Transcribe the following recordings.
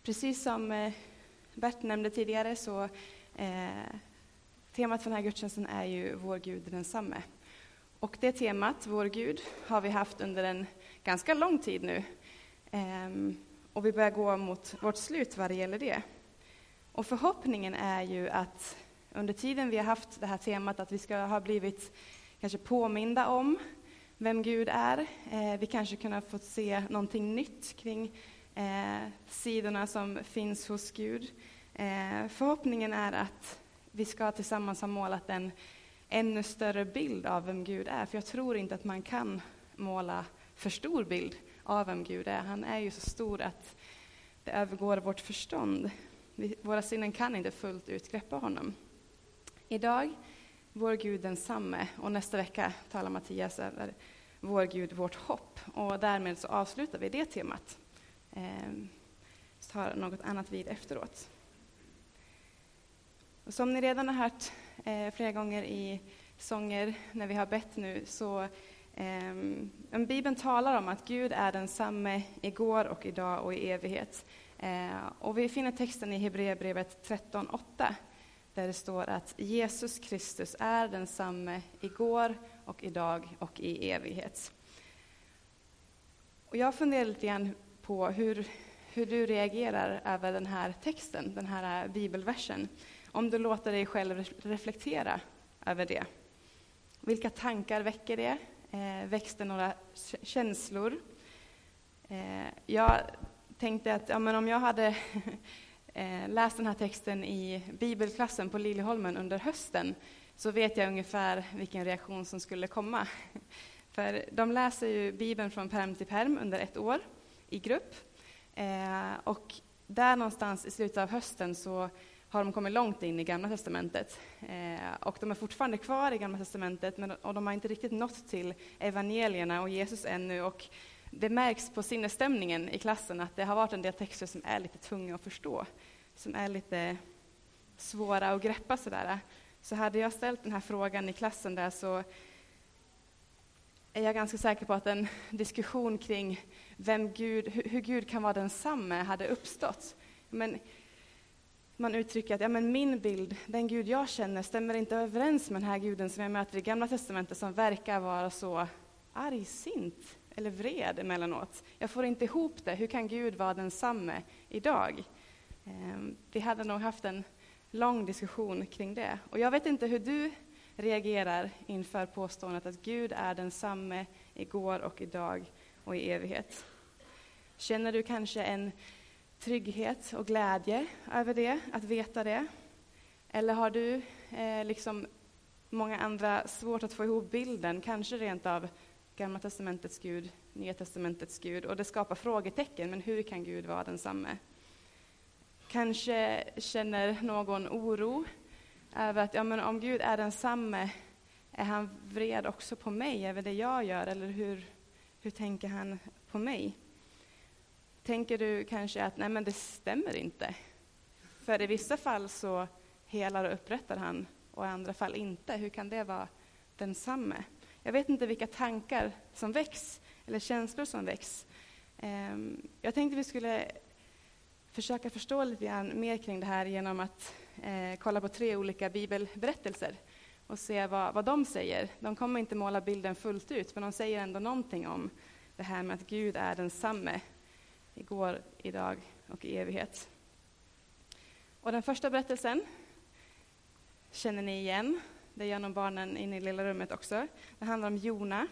Precis som Bert nämnde tidigare så temat för den här gudstjänsten är ju Vår Gud är densamme. Och det temat, Vår Gud, har vi haft under en ganska lång tid nu. Och vi börjar gå mot vårt slut vad det gäller det. Och förhoppningen är ju att under tiden vi har haft det här temat att vi ska ha blivit kanske påminda om vem Gud är. Vi kanske kunna få se någonting nytt kring sidorna som finns hos Gud. Förhoppningen är att vi ska tillsammans ha målat en ännu större bild av vem Gud är. För jag tror inte att man kan måla för stor bild av vem Gud är. Han är ju så stor att det övergår vårt förstånd. Våra sinnen kan inte fullt ut greppa honom. Idag, vår Gud densamme. Och nästa vecka talar Mattias över vår Gud, vårt hopp. Och därmed så avslutar vi det temat. Så tar något annat vid efteråt. Och som ni redan har hört flera gånger i sånger när vi har bett nu så Bibeln talar om att Gud är densamme igår och idag och i evighet. Och vi finner texten i Hebreerbrevet 13:8 där det står att Jesus Kristus är densamme igår och idag och i evighet. Och jag funderar lite grann på hur du reagerar över den här texten, den här bibelversen. Om du låter dig själv reflektera över det. Vilka tankar väcker det? Väcks det några känslor? Jag tänkte att om jag hade läst den här texten i bibelklassen på Liljeholmen under hösten så vet jag ungefär vilken reaktion som skulle komma. För de läser ju Bibeln från perm till perm under ett år i grupp. Och där någonstans i slutet av hösten så har de kommit långt in i Gamla testamentet. Och de är fortfarande kvar i Gamla testamentet och de har inte riktigt nått till evangelierna och Jesus ännu. Och det märks på sinnesstämningen i klassen att det har varit en del texter som är lite tunga att förstå. Som är lite svåra att greppa sådär. Så hade jag ställt den här frågan i klassen där så är jag ganska säker på att en diskussion kring hur Gud kan vara densamme hade uppstått. Men man uttrycker att min bild, den Gud jag känner, stämmer inte överens med den här guden som jag möter i Gamla testamentet som verkar vara så argsint eller vred emellanåt. Jag får inte ihop det. Hur kan Gud vara densamme idag? Vi hade nog haft en lång diskussion kring det. Och jag vet inte hur du reagerar inför påståendet att Gud är densamme igår och idag och i evighet. Känner du kanske en trygghet och glädje över det, att veta det? Eller har du, liksom många andra, svårt att få ihop bilden, kanske rent av Gamla testamentets Gud, Nya testamentets Gud, och det skapar frågetecken, men hur kan Gud vara densamme? Kanske känner någon oro över att om Gud är densamme, är han vred också på mig över det jag gör, eller hur tänker han på mig? Tänker du kanske att det stämmer inte? För i vissa fall så helar och upprättar han och i andra fall inte. Hur kan det vara densamme? Jag vet inte vilka tankar som väcks eller känslor som väcks. Jag tänkte vi skulle försöka förstå lite grann mer kring det här genom att kolla på 3 olika bibelberättelser och se vad de säger. De kommer inte måla bilden fullt ut, men de säger ändå någonting om det här med att Gud är densamme igår, idag och i evighet. Och den första berättelsen känner ni igen. Det gör nog barnen inne i lilla rummet också. Det handlar om Jona.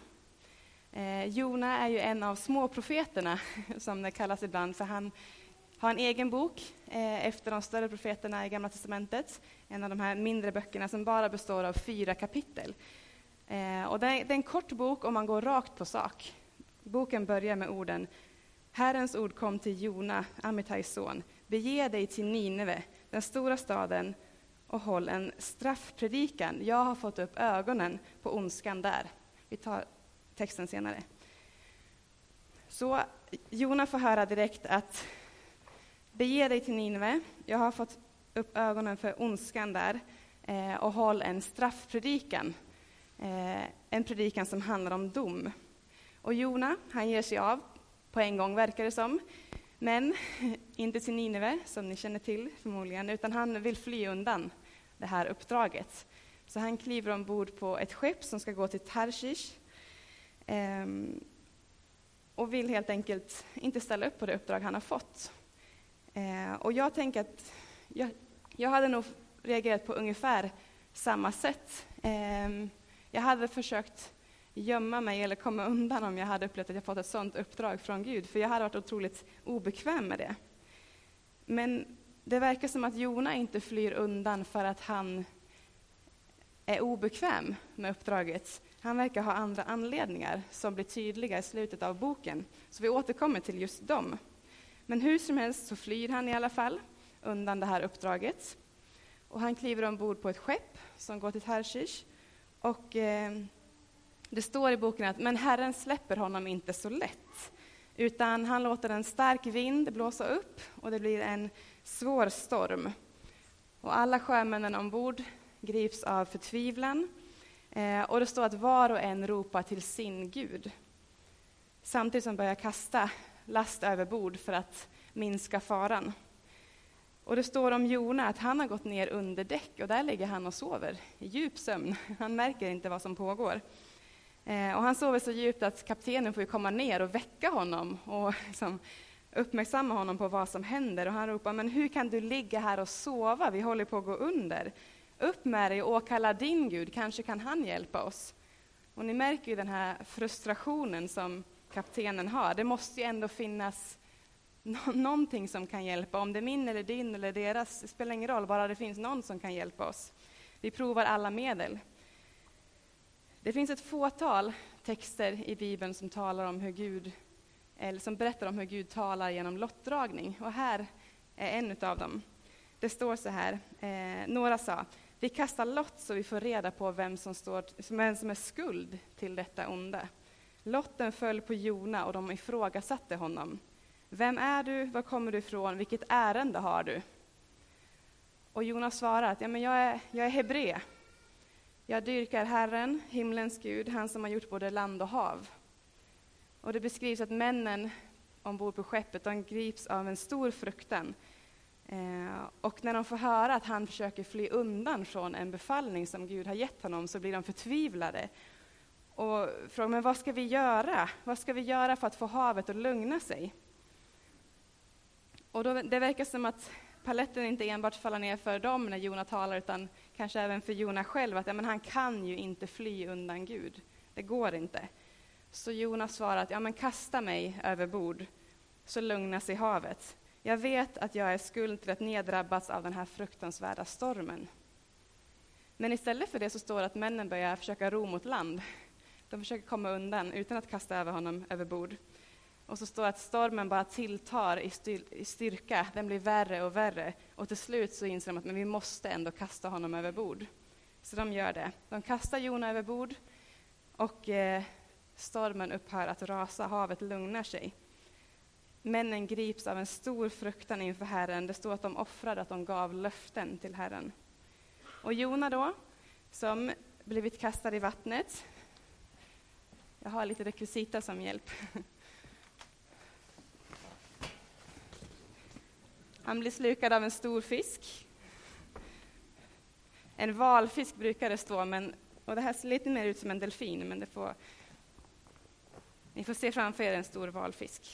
Jona är ju en av småprofeterna som det kallas ibland, för han har en egen bok efter de större profeterna i Gamla testamentet. En av de här mindre böckerna som bara består av 4 kapitel. Och det är en kort bok och man går rakt på sak. Boken börjar med orden: Herrens ord kom till Jona, Amittais son. Bege dig till Nineve, den stora staden, och håll en straffpredikan. Jag har fått upp ögonen på ondskan där. Vi tar texten senare. Så Jona får höra direkt att bege dig till Nineve. Jag har fått upp ögonen för ondskan där. Och håll en straffpredikan. En predikan som handlar om dom. Och Jona, han ger sig av på en gång, verkar det som. Men inte till Nineve, som ni känner till förmodligen, utan han vill fly undan det här uppdraget. Så han kliver ombord på ett skepp som ska gå till Tarshish och vill helt enkelt inte ställa upp på det uppdrag han har fått. Och jag tänker att jag hade nog reagerat på ungefär samma sätt. Jag hade försökt gömma mig eller komma undan om jag hade upplevt att jag fått ett sådant uppdrag från Gud, för jag hade varit otroligt obekväm med det. Men det verkar som att Jona inte flyr undan för att han är obekväm med uppdraget. Han verkar ha andra anledningar som blir tydliga i slutet av boken. Så vi återkommer till just dem. Men hur som helst så flyr han i alla fall undan det här uppdraget. Och han kliver ombord på ett skepp som går till Tarshish. Och det står i boken att men Herren släpper honom inte så lätt. Utan han låter en stark vind blåsa upp och det blir en svår storm. Och alla sjömännen ombord grips av förtvivlan. Och det står att var och en ropar till sin Gud. Samtidigt som börjar kasta last över bord för att minska faran. Och det står om Jona att han har gått ner under däck och där ligger han och sover i djup sömn. Han märker inte vad som pågår. Och han sover så djupt att kaptenen får komma ner och väcka honom och liksom uppmärksamma honom på vad som händer. Och han ropar, men hur kan du ligga här och sova? Vi håller på att gå under. Upp med dig och åkalla din Gud, kanske kan han hjälpa oss. Och ni märker ju den här frustrationen som kaptenen har. Det måste ju ändå finnas någonting som kan hjälpa. Om det är min eller din eller deras, det spelar ingen roll, bara det finns någon som kan hjälpa oss. Vi provar alla medel. Det finns ett fåtal texter i Bibeln som talar om hur Gud, eller som berättar om hur Gud talar genom lottdragning. Och här är en av dem. Det står så här, några sa, vi kastar lott så vi får reda på vem som är skuld till detta onda. Lotten föll på Jona och de ifrågasatte honom. Vem är du? Var kommer du ifrån? Vilket ärende har du? Och Jona svarar att jag är hebré. Jag dyrkar Herren, himlens Gud, han som har gjort både land och hav. Och det beskrivs att männen ombord på skeppet, de grips av en stor fruktan. Och när de får höra att han försöker fly undan från en befallning som Gud har gett honom så blir de förtvivlade. Och frågar, men vad ska vi göra? Vad ska vi göra för att få havet att lugna sig? Och det verkar som att paletten inte enbart faller ner för dem när Jona talar, utan kanske även för Jona själv, att han kan ju inte fly undan Gud. Det går inte. Så Jona svarar att kasta mig över bord, så lugnar sig havet. Jag vet att jag är skuld till att neddrabbas av den här fruktansvärda stormen. Men istället för det så står det att männen börjar försöka ro mot land. De försöker komma undan utan att kasta över honom över bord. Och så står det att stormen bara tilltar i styrka. Den blir värre och värre. Och till slut så inser de att vi måste ändå kasta honom över bord. Så de gör det. De kastar Jona över bord. Och stormen upphör att rasa. Havet lugnar sig. Männen grips av en stor fruktan inför Herren. Det står att de offrade, att de gav löften till Herren. Och Jona då, som blivit kastad i vattnet. Jag har lite rekvisita som hjälp. Han blir slukad av en stor fisk. En valfisk brukar det stå, och det här ser lite mer ut som en delfin, men ni får se framför er en stor valfisk.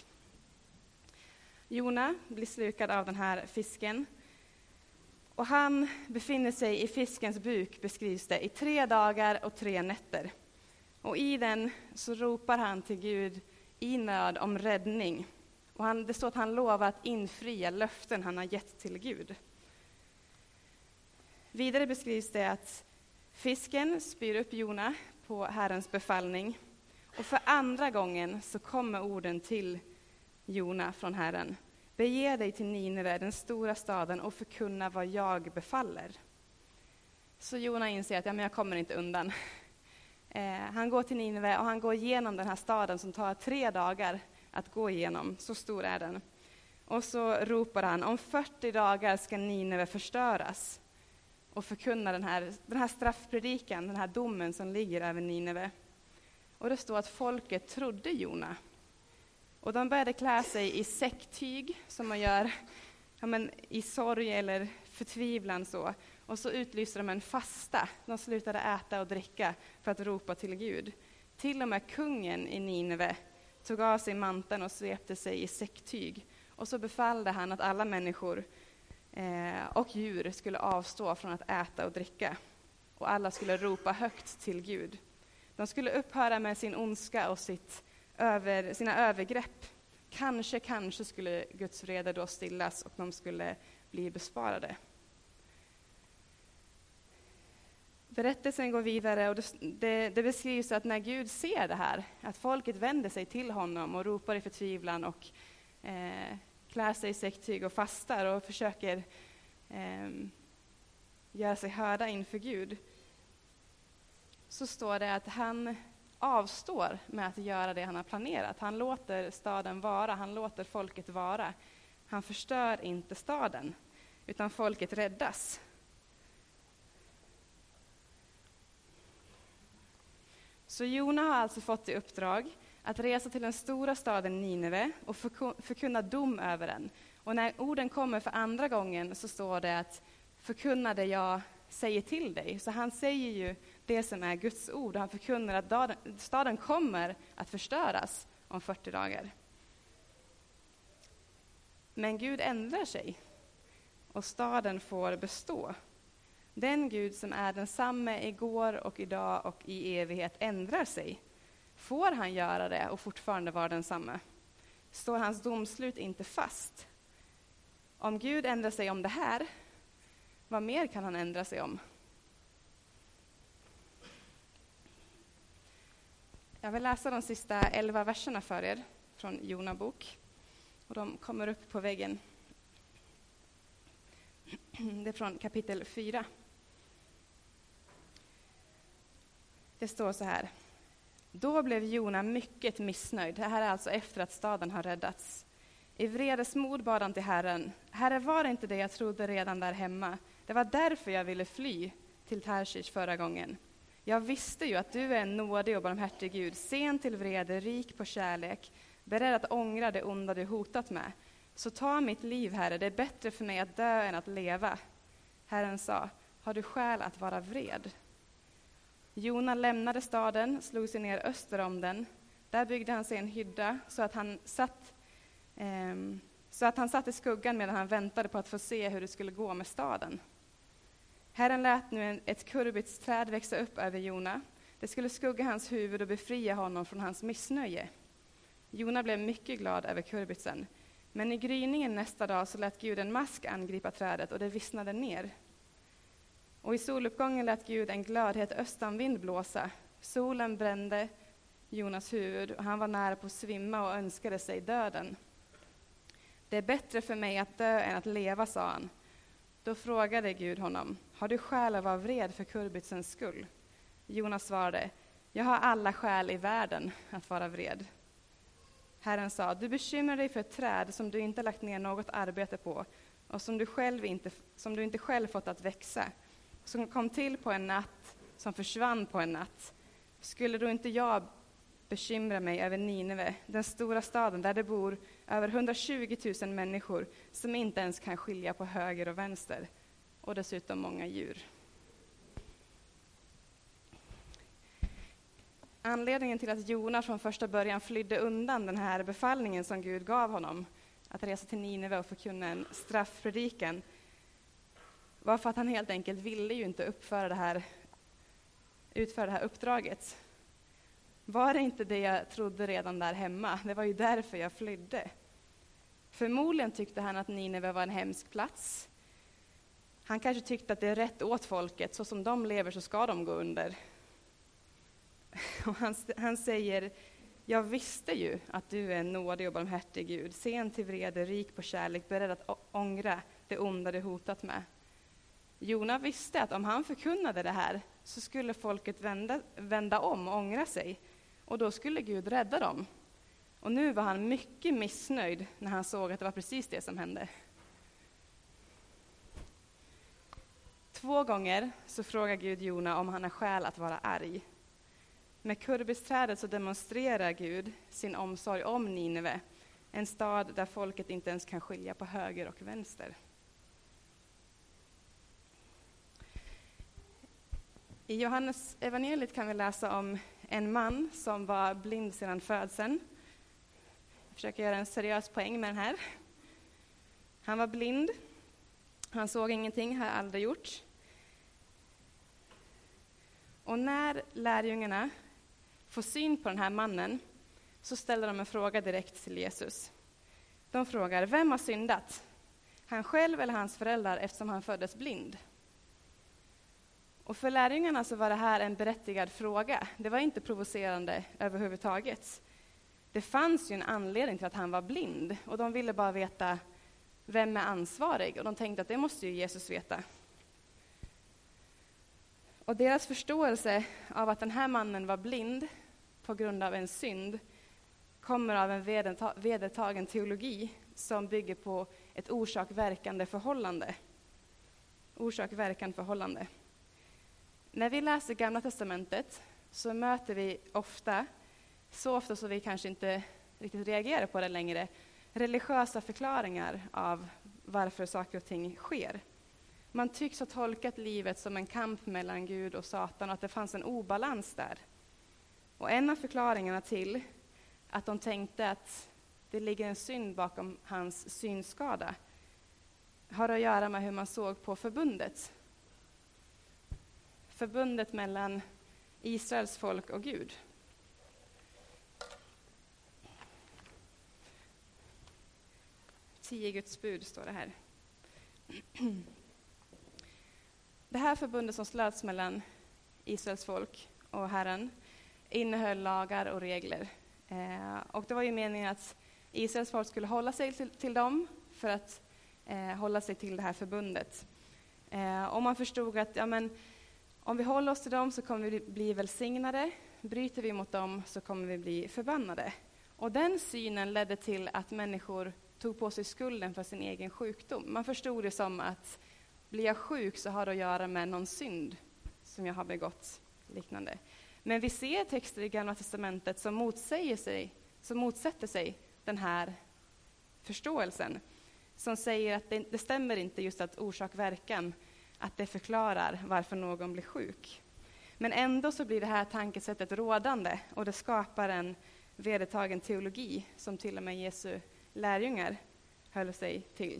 Jona blir slukad av den här fisken. Och han befinner sig i fiskens buk, beskrivs det, i 3 dagar och 3 nätter. Och i den så ropar han till Gud i nöd om räddning. Och det står att han lovar att infria löften han har gett till Gud. Vidare beskrivs det att fisken spyr upp Jona på Herrens befallning. Och för andra gången så kommer orden till Jona från Herren. Bege dig till Nineve, den stora staden, och förkunna vad jag befaller. Så Jona inser att jag kommer inte undan. Han går till Nineve och han går igenom den här staden som tar 3 dagar att gå igenom. Så stor är den. Och så ropar han, om 40 dagar ska Nineve förstöras. Och förkunna den här straffpredikan, den här domen som ligger över Nineve. Och det står att folket trodde Jona. Och de började klä sig i säcktyg som man gör i sorg eller förtvivlan så. Och så utlyste de en fasta. De slutade äta och dricka för att ropa till Gud. Till och med kungen i Nineve tog av sig manteln och svepte sig i säcktyg. Och så befallde han att alla människor och djur skulle avstå från att äta och dricka. Och alla skulle ropa högt till Gud. De skulle upphöra med sin ondska och sina övergrepp. Kanske skulle Guds vrede då stillas och de skulle bli besparade. Berättelsen går vidare och det beskrivs att när Gud ser det här, att folket vänder sig till honom och ropar i förtvivlan och klär sig i säcktyg och fastar och försöker göra sig hörda inför Gud, så står det att han avstår med att göra det han har planerat. Han låter staden vara, han låter folket vara. Han förstör inte staden, utan folket räddas. Så Jona har alltså fått i uppdrag att resa till den stora staden Nineve och förkunna dom över den. Och när orden kommer för andra gången så står det att förkunna det jag säger till dig. Så han säger ju det som är Guds ord och han förkunnar att staden kommer att förstöras om 40 dagar. Men Gud ändrar sig och staden får bestå. Den Gud som är densamme igår och idag och i evighet ändrar sig. Får han göra det och fortfarande vara densamme? Står hans domslut inte fast? Om Gud ändrar sig om det här, vad mer kan han ändra sig om? Jag vill läsa de sista 11 verserna för er från Jona bok. Och de kommer upp på väggen. Det är från kapitel 4. Det står så här. Då blev Jona mycket missnöjd. Det här är alltså efter att staden har räddats. I vredesmod bad han till Herren. Herre, var det inte det jag trodde redan där hemma? Det var därför jag ville fly till Tarshish förra gången. Jag visste ju att du är en nådig och barmhärtig Gud, sen till vrede, rik på kärlek, beredd att ångra det onda du hotat med. Så ta mitt liv, Herre, det är bättre för mig att dö än att leva. Herren sa, har du skäl att vara vred? Jona lämnade staden, slog sig ner öster om den. Där byggde han sig en hydda så att han satt i skuggan medan han väntade på att få se hur det skulle gå med staden. Herren lät nu ett kurbitsträd växa upp över Jona. Det skulle skugga hans huvud och befria honom från hans missnöje. Jona blev mycket glad över kurbitsen. Men i gryningen nästa dag så lät Gud en mask angripa trädet och det vissnade ner. Och i soluppgången lät Gud en glödhet östanvind blåsa. Solen brände Jonas huvud och han var nära på att svimma och önskade sig döden. Det är bättre för mig att dö än att leva, sa han. Då frågade Gud honom, har du skäl att vara vred för kurbitsens skull? Jonas svarade, jag har alla skäl i världen att vara vred. Herren sa, du bekymrar dig för ett träd som du inte lagt ner något arbete på och som du inte själv fått att växa, som kom till på en natt, som försvann på en natt. Skulle då inte jag bekymra mig över Nineve, den stora staden där det bor över 120 000 människor som inte ens kan skilja på höger och vänster, och dessutom många djur. Anledningen till att Jona från första början flydde undan den här befallningen som Gud gav honom, att resa till Nineve och förkunna en straffpredikan, var för att han helt enkelt ville ju inte utföra det här uppdraget. Var det inte det jag trodde redan där hemma? Det var ju därför jag flydde. Förmodligen tyckte han att Nineve var en hemsk plats. Han kanske tyckte att det är rätt åt folket, så som de lever så ska de gå under. Och han säger, jag visste ju att du är en nådig och barmhärtig Gud, sen till vrede, rik på kärlek, beredd att ångra det onda du hotat med. Jona visste att om han förkunnade det här så skulle folket vända om och ångra sig. Och då skulle Gud rädda dem. Och nu var han mycket missnöjd när han såg att det var precis det som hände. 2 gånger så frågar Gud Jona om han har skäl att vara arg. Med kurbisträdet så demonstrerar Gud sin omsorg om Nineve En stad där folket inte ens kan skilja på höger och vänster. I Johannes evangeliet kan vi läsa om en man som var blind sedan födseln. Jag försöker göra en seriös poäng med den här. Han var blind. Han såg ingenting, har aldrig gjort. Och när lärjungarna får syn på den här mannen så ställer de en fråga direkt till Jesus. De frågar, vem har syndat? Han själv eller hans föräldrar, eftersom han föddes blind? Och för lärjungarna så var det här en berättigad fråga. Det var inte provocerande överhuvudtaget. Det fanns ju en anledning till att han var blind. Och de ville bara veta, vem är ansvarig? Och de tänkte att det måste ju Jesus veta. Och deras förståelse av att den här mannen var blind på grund av en synd kommer av en vedertagen teologi som bygger på ett orsak-verkande förhållande. Orsak-verkande förhållande. När vi läser Gamla testamentet så möter vi ofta, så ofta så vi kanske inte riktigt reagerar på det längre, religiösa förklaringar av varför saker och ting sker. Man tycks ha tolkat livet som en kamp mellan Gud och Satan och att det fanns en obalans där. Och en av förklaringarna till att de tänkte att det ligger en synd bakom hans synskada har att göra med hur man såg på förbundet. Förbundet mellan Israels folk och Gud. Tio Guds bud står det här. Det här förbundet som slöts mellan Israels folk och Herren innehöll lagar och regler. Och det var ju meningen att Israels folk skulle hålla sig till dem för att hålla sig till det här förbundet. Och man förstod att om vi håller oss till dem så kommer vi bli välsignade. Bryter vi mot dem så kommer vi bli förbannade. Och den synen ledde till att människor tog på sig skulden för sin egen sjukdom. Man förstod det som att blir jag sjuk så har det att göra med någon synd som jag har begått, liknande. Men vi ser texter i Gamla testamentet som motsätter sig den här förståelsen. Som säger att det stämmer inte just att orsak-verkan, att det förklarar varför någon blir sjuk. Men ändå så blir det här tankesättet rådande och det skapar en vedertagen teologi som till och med Jesu lärjungar höll sig till.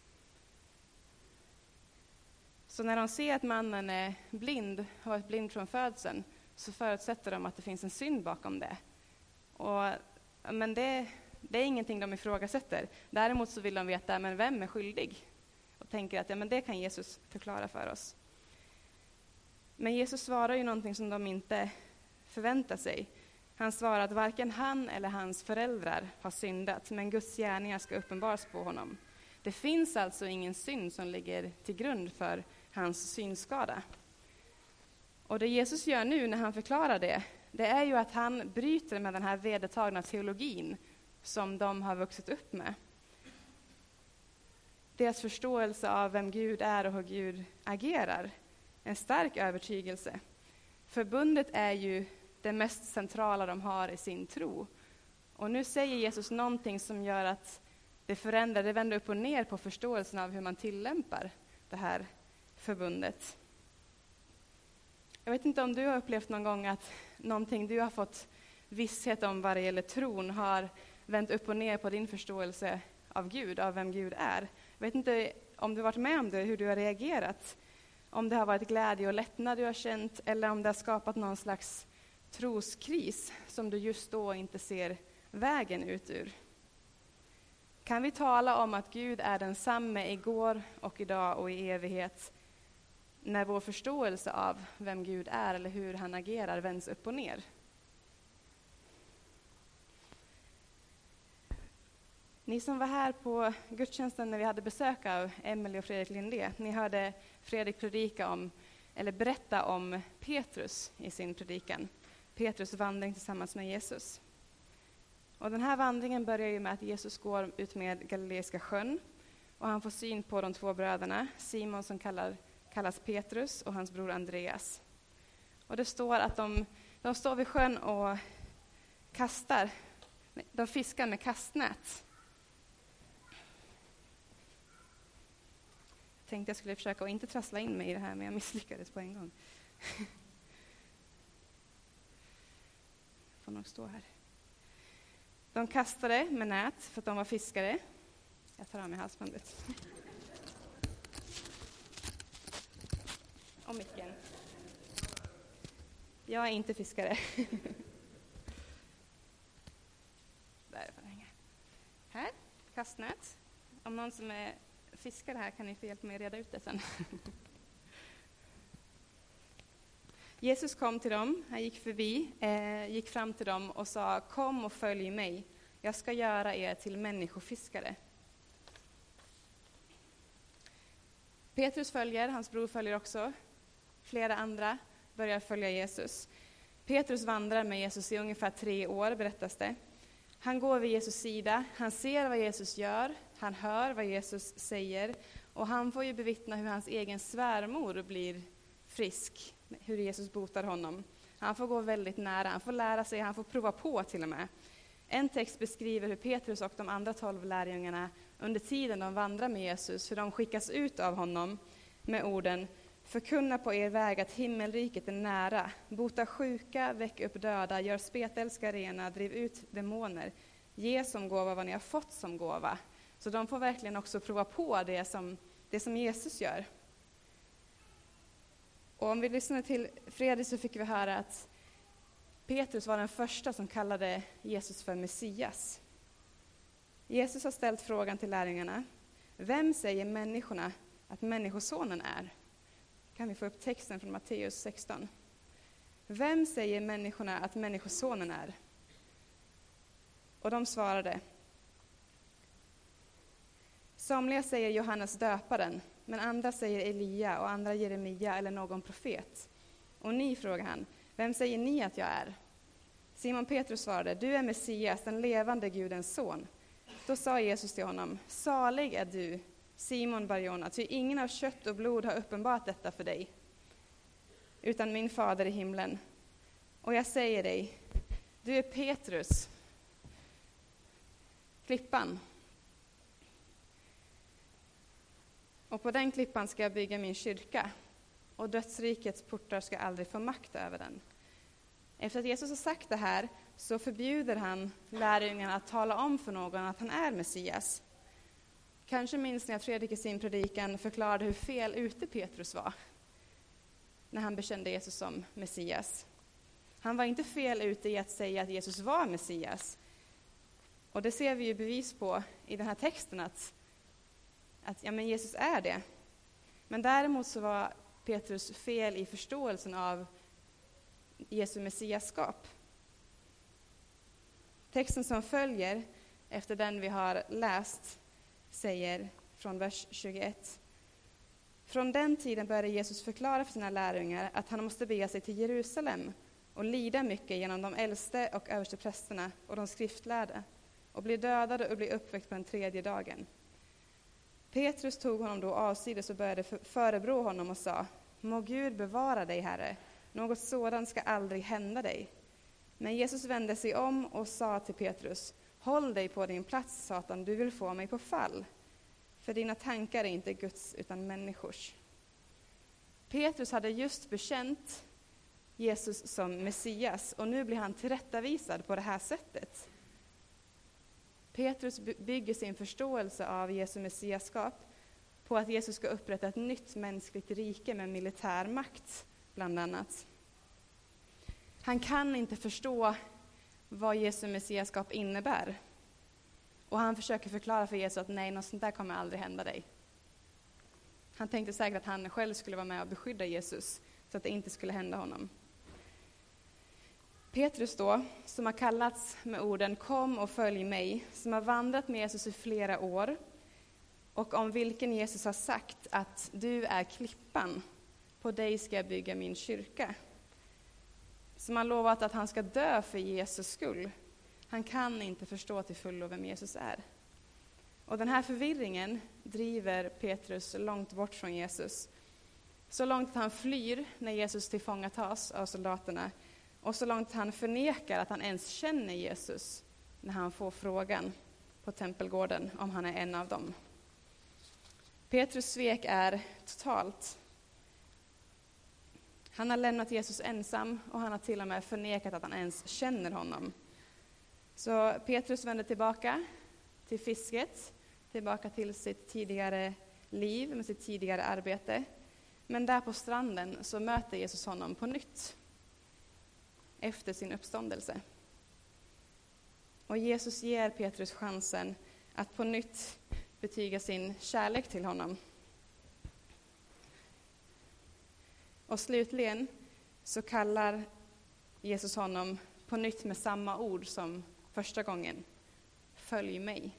Så när de ser att mannen är blind, har varit blind från födseln, så förutsätter de att det finns en synd bakom det. Men det är ingenting de ifrågasätter. Däremot så vill de veta, men vem är skyldig? Och tänker att det kan Jesus förklara för oss. Men Jesus svarar ju någonting som de inte förväntar sig. Han svarar att varken han eller hans föräldrar har syndat, men Guds gärningar ska uppenbaras på honom. Det finns alltså ingen synd som ligger till grund för hans synskada. Och det Jesus gör nu när han förklarar det är ju att han bryter med den här vedertagna teologin som de har vuxit upp med. Deras förståelse av vem Gud är och hur Gud agerar. En stark övertygelse. Förbundet är ju det mest centrala de har i sin tro. Och nu säger Jesus någonting som gör att det vänder upp och ner på förståelsen av hur man tillämpar det här förbundet. Jag vet inte om du har upplevt någon gång att någonting du har fått visshet om vad det gäller tron har vänt upp och ner på din förståelse av Gud, av vem Gud är. Jag vet inte om du har varit med om det, hur du har reagerat. Om det har varit glädje och lättnad du har känt, eller om det har skapat någon slags troskris som du just då inte ser vägen ut ur. Kan vi tala om att Gud är densamme igår och idag och i evighet, när vår förståelse av vem Gud är eller hur han agerar vänds upp och ner? Ni som var här på gudstjänsten när vi hade besök av Emelie och Fredrik Lindé, ni hörde Fredrik berätta om Petrus i sin predikan. Petrus vandring tillsammans med Jesus. Och den här vandringen börjar ju med att Jesus går ut med Galileiska sjön och han får syn på de två bröderna, Simon som kallas Petrus och hans bror Andreas. Och det står att de står vid sjön och de fiskar med kastnät. tänkte jag skulle försöka att inte trassla in mig i det här, men jag misslyckades på en gång. Får nog stå här. De kastade med nät för att de var fiskare. Jag tar av mig halsbandet. Och micken. Jag är inte fiskare. Där får den hänga. Här, kastnät. Om någon som är fiskare här kan ni få hjälp med att reda ut det sen. Jesus kom till dem, han gick fram till dem och sa: kom och följ mig, jag ska göra er till människofiskare. Petrus följer, hans bror följer också. Flera andra börjar följa Jesus. Petrus vandrar med Jesus i ungefär 3 år, berättas det. Han går vid Jesus sida, han ser vad Jesus gör, han hör vad Jesus säger, och han får ju bevittna hur hans egen svärmor blir frisk, hur Jesus botar honom. Han får gå väldigt nära, han får lära sig, han får prova på till och med. En text beskriver hur Petrus och de andra 12 lärjungarna under tiden de vandrar med Jesus, hur de skickas ut av honom med orden: förkunna på er väg att himmelriket är nära, bota sjuka, väck upp döda, gör spetälska rena, driv ut demoner, ge som gåva vad ni har fått som gåva. Så de får verkligen också prova på det som Jesus gör. Och om vi lyssnar till Fredrik så fick vi höra att Petrus var den första som kallade Jesus för Messias. Jesus har ställt frågan till lärjungarna: vem säger människorna att människosonen är? Kan vi få upp texten från Matteus 16? Vem säger människorna att människosonen är? Och de svarade: somliga säger Johannes döparen, men andra säger Elia och andra Jeremia eller någon profet. Och ni, frågar han, vem säger ni att jag är? Simon Petrus svarade: du är Messias, den levande Gudens son. Då sa Jesus till honom: salig är du, Simon Barjona, ty ingen av kött och blod har uppenbarat detta för dig, utan min fader i himlen. Och jag säger dig, du är Petrus, klippan. Och på den klippan ska jag bygga min kyrka, och dödsrikets portar ska aldrig få makt över den. Efter att Jesus har sagt det här så förbjuder han lärjungarna att tala om för någon att han är Messias. Kanske minns ni att Fredrik i sin predikan förklarade hur fel ute Petrus var när han bekände Jesus som Messias. Han var inte fel ute i att säga att Jesus var Messias. Och det ser vi ju bevis på i den här texten att men Jesus är det. Men däremot så var Petrus fel i förståelsen av Jesu messiaskap. Texten som följer efter den vi har läst säger från vers 21: från den tiden började Jesus förklara för sina lärjungar att han måste bege sig till Jerusalem och lida mycket genom de äldste och översteprästerna och de skriftlärda och bli dödad och bli uppväckt på den 3:e dagen. Petrus tog honom då avsides och började förebrå honom och sa: må Gud bevara dig, Herre, något sådant ska aldrig hända dig. Men Jesus vände sig om och sa till Petrus: håll dig på din plats, Satan, du vill få mig på fall. För dina tankar är inte Guds utan människors. Petrus hade just bekänt Jesus som Messias, och nu blir han tillrättavisad på det här sättet. Petrus bygger sin förståelse av Jesu messiaskap på att Jesus ska upprätta ett nytt mänskligt rike med militär makt, bland annat. Han kan inte förstå vad Jesu messiaskap innebär. Och han försöker förklara för Jesus att nej, något sånt där kommer aldrig hända dig. Han tänkte säkert att han själv skulle vara med och beskydda Jesus så att det inte skulle hända honom. Petrus då, som har kallats med orden kom och följ mig, som har vandrat med Jesus i flera år och om vilken Jesus har sagt att du är klippan, på dig ska jag bygga min kyrka. Som har lovat att han ska dö för Jesus skull. Han kan inte förstå till fullo vem Jesus är. Och den här förvirringen driver Petrus långt bort från Jesus. Så långt att han flyr när Jesus tillfångatas av soldaterna. Och så långt att han förnekar att han ens känner Jesus när han får frågan på tempelgården om han är en av dem. Petrus svek är totalt. Han har lämnat Jesus ensam och han har till och med förnekat att han ens känner honom. Så Petrus vänder tillbaka till fisket, tillbaka till sitt tidigare liv med sitt tidigare arbete. Men där på stranden så möter Jesus honom på nytt efter sin uppståndelse. Och Jesus ger Petrus chansen att på nytt betyga sin kärlek till honom. Och slutligen så kallar Jesus honom på nytt med samma ord som första gången. Följ mig.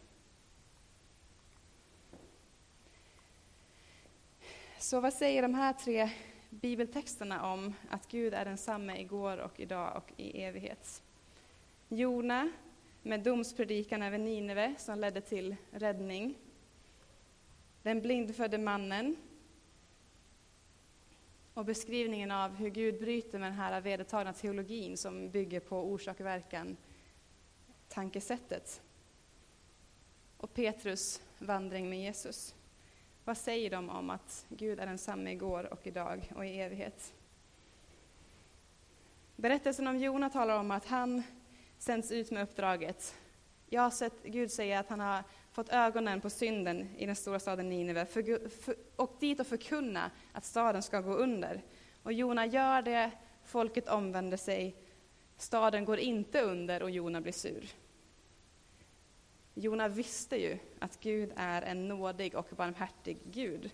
Så vad säger de här 3 bibeltexterna om att Gud är densamma igår och idag och i evighet? Jona med domspredikan över Nineve som ledde till räddning. Den blindfödde mannen. Och beskrivningen av hur Gud bryter med den här vedertagna teologin som bygger på orsak och verkan, tankesättet. Och Petrus vandring med Jesus. Vad säger de om att Gud är densamma igår och idag och i evighet? Berättelsen om Jona talar om att han sänds ut med uppdraget. Jag har sett Gud säga att han har fått ögonen på synden i den stora staden Nineve och dit och förkunna att staden ska gå under. Och Jona gör det, folket omvänder sig, staden går inte under och Jona blir sur. Jona visste ju att Gud är en nådig och barmhärtig Gud.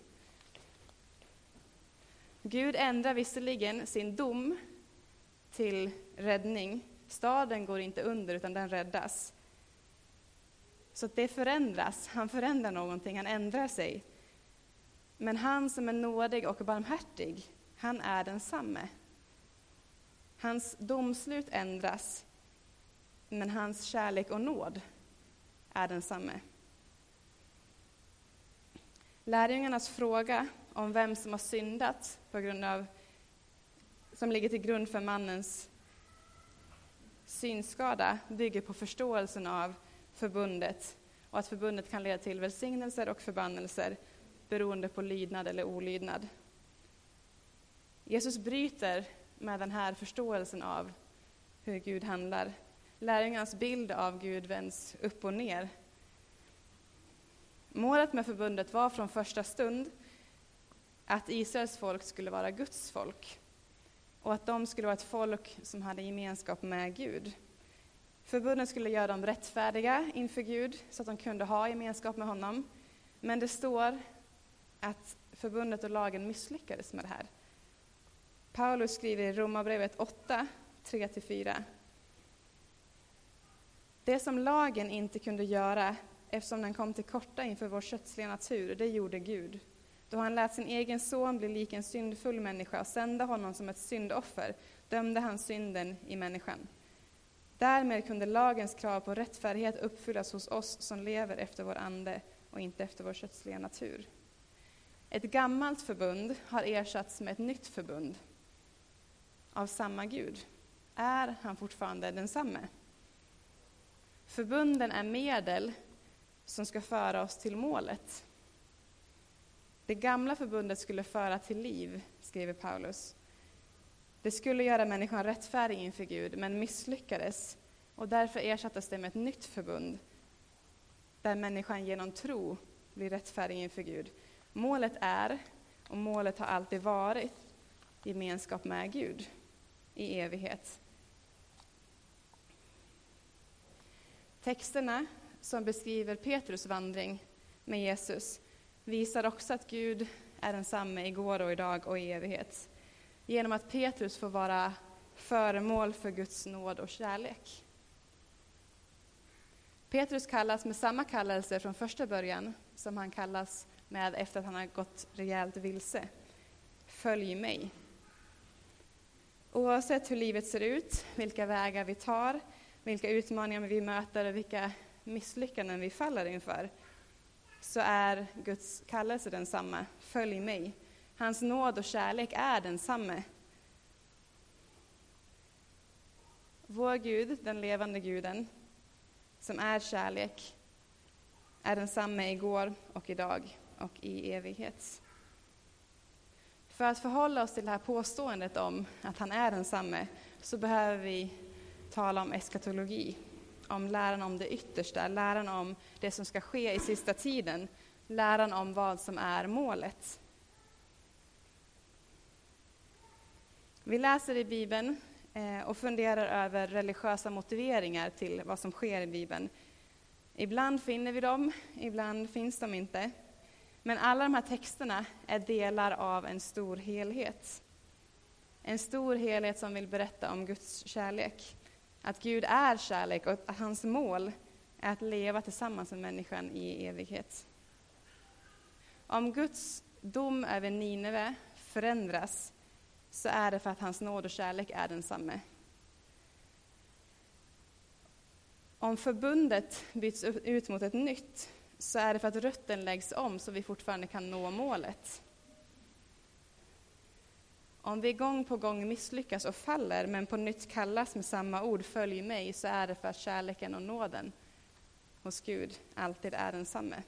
Gud ändrar visserligen sin dom till räddning. Staden går inte under utan den räddas. Så att det förändras. Han förändrar någonting, han ändrar sig. Men han som är nådig och barmhärtig, han är densamme. Hans domslut ändras, men hans kärlek och nåd är densamme. Lärjungarnas fråga om vem som har syndat som ligger till grund för mannens synskada bygger på förståelsen av förbundet och att förbundet kan leda till välsignelser och förbannelser beroende på lydnad eller olydnad. Jesus bryter med den här förståelsen av hur Gud handlar. Lärjungarnas bild av Gud vänds upp och ner. Målet med förbundet var från första stund att Israels folk skulle vara Guds folk och att de skulle vara ett folk som hade gemenskap med Gud. Förbundet skulle göra dem rättfärdiga inför Gud så att de kunde ha gemenskap med honom. Men det står att förbundet och lagen misslyckades med det här. Paulus skriver i Romarbrevet 8, 3-4. Det som lagen inte kunde göra eftersom den kom till korta inför vår kötsliga natur, det gjorde Gud. Då han lät sin egen son bli lik en syndfull människa och sände honom som ett syndoffer, dömde han synden i människan. Därmed kunde lagens krav på rättfärdighet uppfyllas hos oss som lever efter vår ande och inte efter vår kötsliga natur. Ett gammalt förbund har ersatts med ett nytt förbund av samma Gud. Är han fortfarande densamme? Förbunden är medel som ska föra oss till målet. Det gamla förbundet skulle föra till liv, skriver Paulus. Det skulle göra människan rättfärdig inför Gud, men misslyckades. Och därför ersattes det med ett nytt förbund, där människan genom tro blir rättfärdig inför Gud. Målet är, och målet har alltid varit, gemenskap med Gud i evighet. Texterna som beskriver Petrus vandring med Jesus visar också att Gud är densamme igår och idag och i evighet. Genom att Petrus får vara föremål för Guds nåd och kärlek. Petrus kallas med samma kallelse från första början som han kallas med efter att han har gått rejält vilse. Följ mig. Oavsett hur livet ser ut, vilka vägar vi tar, vilka utmaningar vi möter och vilka misslyckanden vi faller inför, så är Guds kallelse densamma. Följ mig. Hans nåd och kärlek är densamme. Vår Gud, den levande Guden, som är kärlek, är densamme igår och idag och i evighet. För att förhålla oss till det här påståendet om att han är densamme, så behöver vi tala om eskatologi, om läran om det yttersta, läran om det som ska ske i sista tiden, läran om vad som är målet. Vi läser i Bibeln och funderar över religiösa motiveringar till vad som sker i Bibeln. Ibland finner vi dem, ibland finns de inte. Men alla de här texterna är delar av en stor helhet. En stor helhet som vill berätta om Guds kärlek. Att Gud är kärlek och att hans mål är att leva tillsammans med människan i evighet. Om Guds dom över Nineve förändras, så är det för att hans nåd och kärlek är densamme. Om förbundet byts ut mot ett nytt, så är det för att rötten läggs om så vi fortfarande kan nå målet. Om vi gång på gång misslyckas och faller, men på nytt kallas med samma ord, följ mig, så är det för att kärleken och nåden hos Gud alltid är densamme.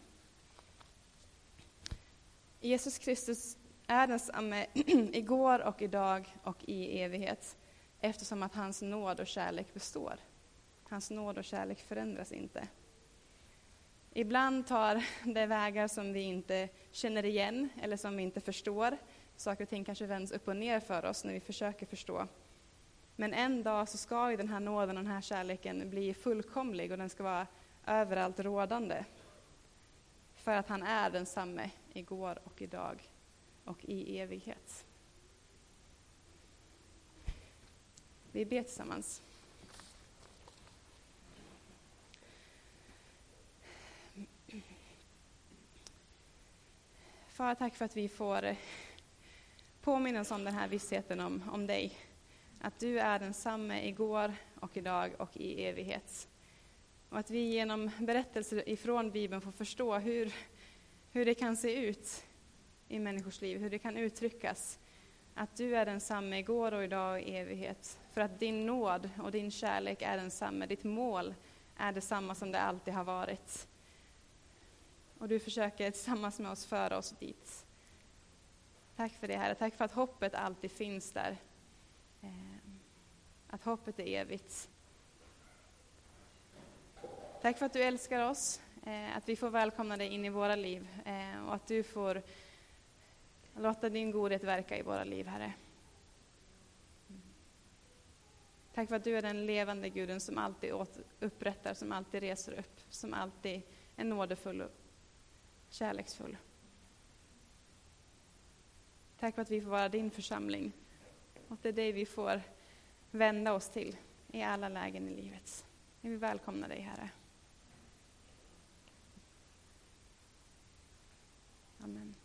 Jesus Kristus är densamme igår och idag och i evighet, eftersom att hans nåd och kärlek består. Hans nåd och kärlek förändras inte. Ibland tar det vägar som vi inte känner igen eller som vi inte förstår. Saker och ting kanske vänds upp och ner för oss när vi försöker förstå. Men en dag så ska ju den här nåden och den här kärleken bli fullkomlig, och den ska vara överallt rådande. För att han är densamme igår och idag och i evighet. Vi ber tillsammans. Far, tack för att vi får påminna oss om den här vissheten om dig. Att du är densamme igår och idag och i evighet. Och att vi genom berättelser ifrån Bibeln får förstå hur det kan se ut i människors liv, hur det kan uttryckas. Att du är densamme igår och idag och i evighet. För att din nåd och din kärlek är densamme. Ditt mål är detsamma som det alltid har varit. Och du försöker tillsammans med oss föra oss dit. Tack för det, Herre. Tack för att hoppet alltid finns där. Att hoppet är evigt. Tack för att du älskar oss. Att vi får välkomna dig in i våra liv. Och att du får låta din godhet verka i våra liv, Herre. Tack för att du är den levande Guden som alltid upprättar, som alltid reser upp, som alltid är nådefull och kärleksfull. Tack för att vi får vara din församling. Och det är dig vi får vända oss till i alla lägen i livet. Vi vill välkomna dig, Herre. Amen.